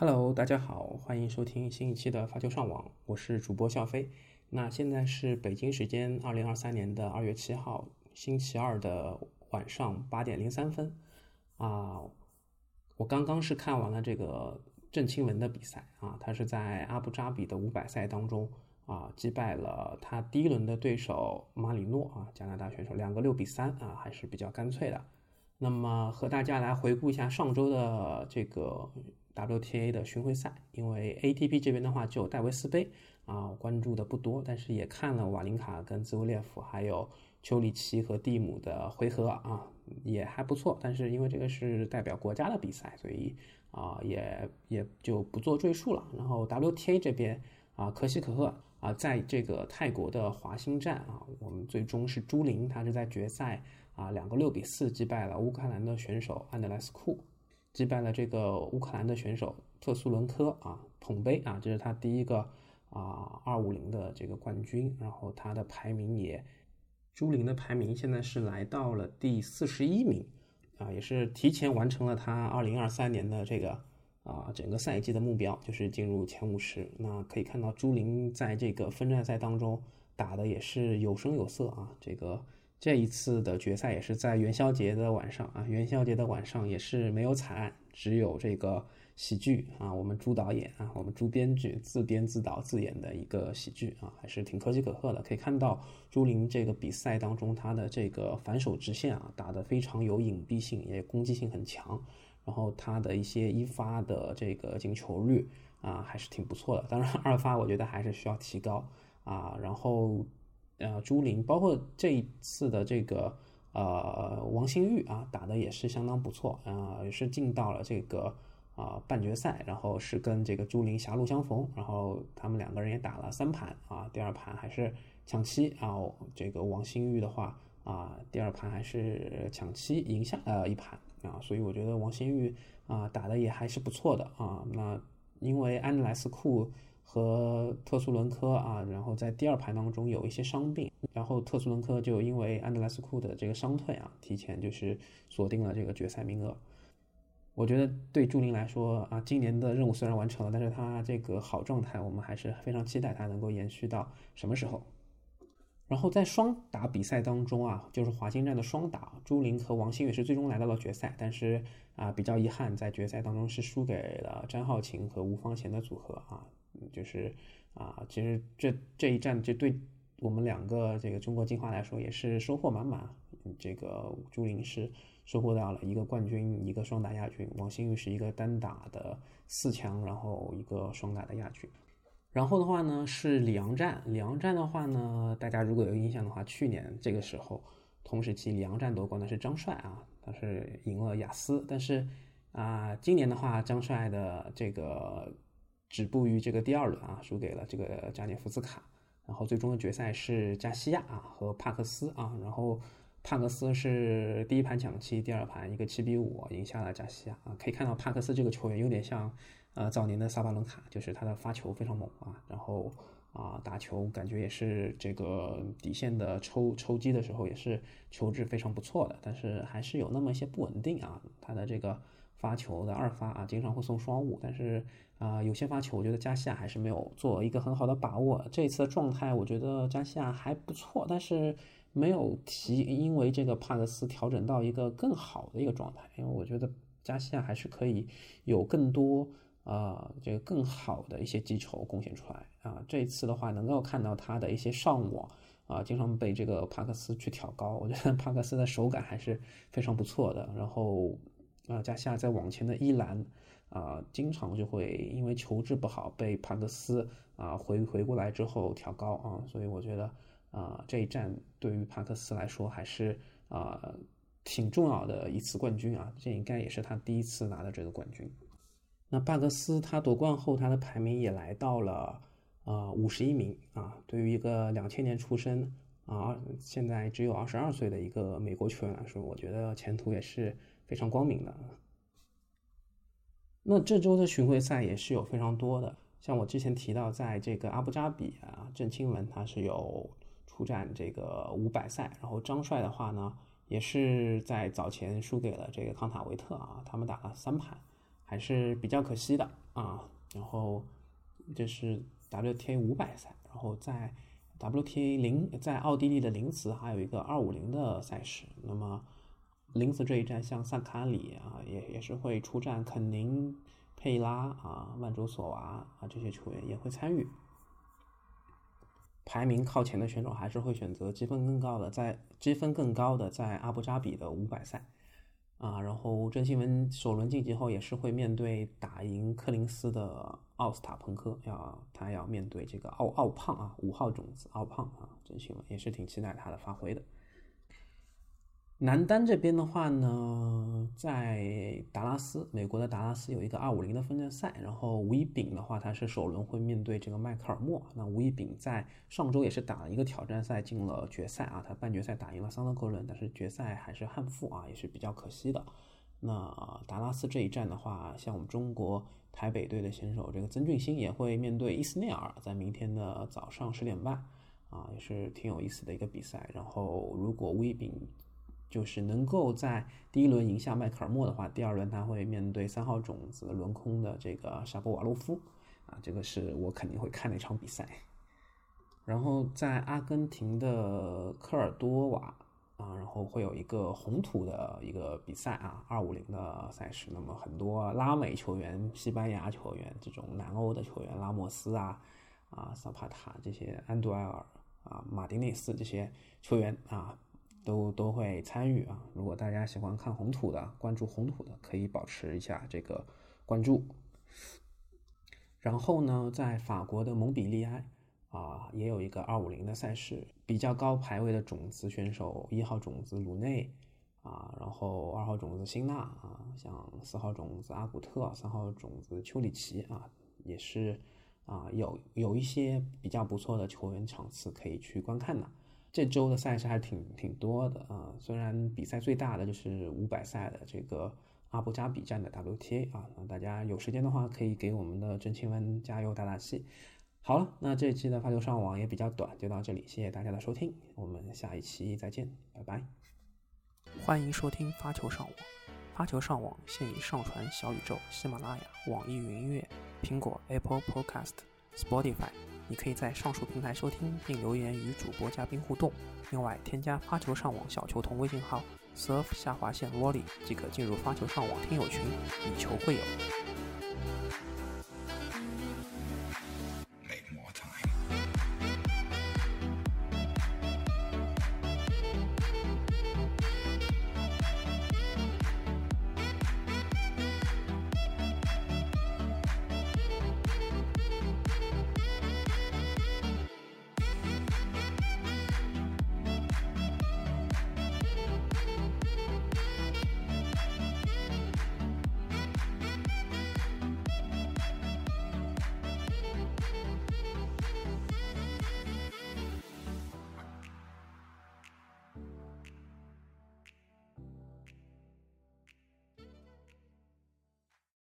Hello，大家好，欢迎收听新一期的发球上网，我是主播笑飞。那现在是北京时间2023年的2月7号星期二的晚上8点03分啊。我刚刚是看完了这个郑钦文的比赛啊，他是在阿布扎比的500赛当中击败了他第一轮的对手马里诺加拿大选手，2个6比3还是比较干脆的。那么和大家来回顾一下上周的这个 WTA 的巡回赛，因为 ATP 这边的话只有戴维斯杯关注的不多，但是也看了瓦林卡跟兹维列夫还有丘里奇和蒂姆的回合也还不错，但是因为这个是代表国家的比赛，所以也就不做赘述了。然后 WTA 这边可喜可贺在这个泰国的华欣站我们最终是朱琳，他是在决赛2个6比4击败了乌克兰的选手安德莱斯库，击败了这个乌克兰的选手特苏伦科捧杯这是他第一个250的这个冠军。然后他的排名朱琳的排名现在是来到了第41名也是提前完成了他2023年的这个整个赛季的目标，就是进入前50。那可以看到朱琳在这个分站赛当中打的也是有声有色这一次的决赛也是在元宵节的晚上元宵节的晚上也是没有惨案，只有这个喜剧我们朱导演我们朱编剧自编自导自演的一个喜剧还是挺可喜可贺的。可以看到朱琳这个比赛当中他的这个反手直线打得非常有隐蔽性，也攻击性很强，然后他的一些一发的这个进球率还是挺不错的，当然二发我觉得还是需要提高然后朱琳包括这一次的这个王欣玉打的也是相当不错也是进到了这个半决赛，然后是跟这个朱琳狭路相逢，然后他们2个人也打了3盘第二盘还是抢七这个王欣玉的话第二盘还是抢七赢下一盘所以我觉得王欣玉打的也还是不错的那因为安德莱斯库和特苏伦科然后在第二盘当中有一些伤病，然后特苏伦科就因为安德莱斯库的这个伤退提前就是锁定了这个决赛名额。我觉得对朱琳来说今年的任务虽然完成了，但是他这个好状态我们还是非常期待他能够延续到什么时候。然后在双打比赛当中就是华欣站的双打，朱琳和王欣雨是最终来到了决赛，但是比较遗憾在决赛当中是输给了詹皓晴和吴芳贤的组合就是其实这一战就对我们2个这个中国金花来说也是收获满满这个朱琳是收获到了一个冠军一个双打亚军，王欣雨是一个单打的4强，然后一个双打的亚军。然后的话呢是里昂站的话呢，大家如果有印象的话，去年这个时候同时期里昂站夺冠的是张帅他是赢了雅思，但是今年的话张帅的这个止步于这个第2轮输给了这个加涅夫斯卡，然后最终的决赛是加西亚和帕克斯然后帕克斯是第一盘抢七，第二盘一个7比5赢下了加西亚可以看到帕克斯这个球员有点像早年的萨巴伦卡，就是他的发球非常猛然后打球感觉也是这个底线的抽击的时候也是球质非常不错的，但是还是有那么一些不稳定他的这个发球的2发经常会送双误，但是有些发球我觉得加西亚还是没有做一个很好的把握。这一次的状态我觉得加西亚还不错，但是没有因为这个帕克斯调整到一个更好的一个状态，因为我觉得加西亚还是可以有更多这个更好的一些击球贡献出来这一次的话能够看到他的一些上网经常被这个帕克斯去挑高，我觉得帕克斯的手感还是非常不错的。然后加西亚在网前的一篮经常就会因为球质不好被帕克斯回过来之后挑高所以我觉得这一战对于帕克斯来说还是挺重要的一次冠军这应该也是他第一次拿的这个冠军。那帕克斯他夺冠后他的排名也来到了51名对于一个2000年出生现在只有22岁的一个美国球员来说，我觉得前途也是非常光明的。那这周的巡回赛也是有非常多的，像我之前提到在这个阿布扎比郑钦文他是有出战这个500赛，然后张帅的话呢也是在早前输给了这个康塔维特他们打了3盘，还是比较可惜的啊，然后这是 WTA 500赛，然后在 WTA 在奥地利的林茨还有一个250的赛事。那么林茨这一站，像萨卡里啊，也是会出战肯宁、佩拉啊、万卓索娃啊这些球员也会参与。排名靠前的选手还是会选择积分更高的在阿布扎比的500赛啊。然后郑钦文首轮晋级后也是会面对打赢柯林斯的奥斯塔彭科，他要面对这个奥胖啊，5号种子奥胖啊，郑钦文也是挺期待他的发挥的。男单这边的话呢，在美国的达拉斯有一个250的分站赛，然后吴一丙的话，他是首轮会面对这个迈克尔莫。那吴一丙在上周也是打了一个挑战赛，进了决赛啊，他半决赛打赢了桑德哥伦，但是决赛还是憾负啊，也是比较可惜的。那达拉斯这一站的话，像我们中国台北队的选手这个曾俊欣也会面对伊斯内尔，在明天的早上10点半啊，也是挺有意思的一个比赛。然后如果吴一丙就是能够在第一轮赢下迈克尔莫的话，第二轮他会面对3号种子轮空的这个沙波瓦洛夫啊，这个是我肯定会看的一场比赛。然后在阿根廷的科尔多瓦啊，然后会有一个红土的一个比赛啊，250的赛事。那么很多拉美球员、西班牙球员、这种南欧的球员，拉莫斯萨帕塔这些，安杜埃尔马丁内斯这些球员啊，都会参与啊。如果大家喜欢看红土的，关注红土的，可以保持一下这个关注。然后呢，在法国的蒙彼利埃也有一个250的赛事，比较高排位的种子选手，1号种子鲁内然后2号种子辛纳像4号种子阿古特，3号种子丘里奇也是有一些比较不错的球员场次可以去观看的。这周的赛事还挺多的虽然比赛最大的就是500赛的这个阿布扎比站的 WTA 那大家有时间的话可以给我们的郑钦文加油打打气。好了，那这一期的发球上网也比较短，就到这里，谢谢大家的收听，我们下一期再见，拜拜。 欢迎收听发球上网，发球上网现已上传小宇宙、喜马拉雅、网易云音乐、苹果 Apple Podcast、Spotify， 你可以在上述平台收听并留言与主播嘉宾互动。另外，添加发球上网小球童微信号 surf_volley 即可进入发球上网听友群，以球会友。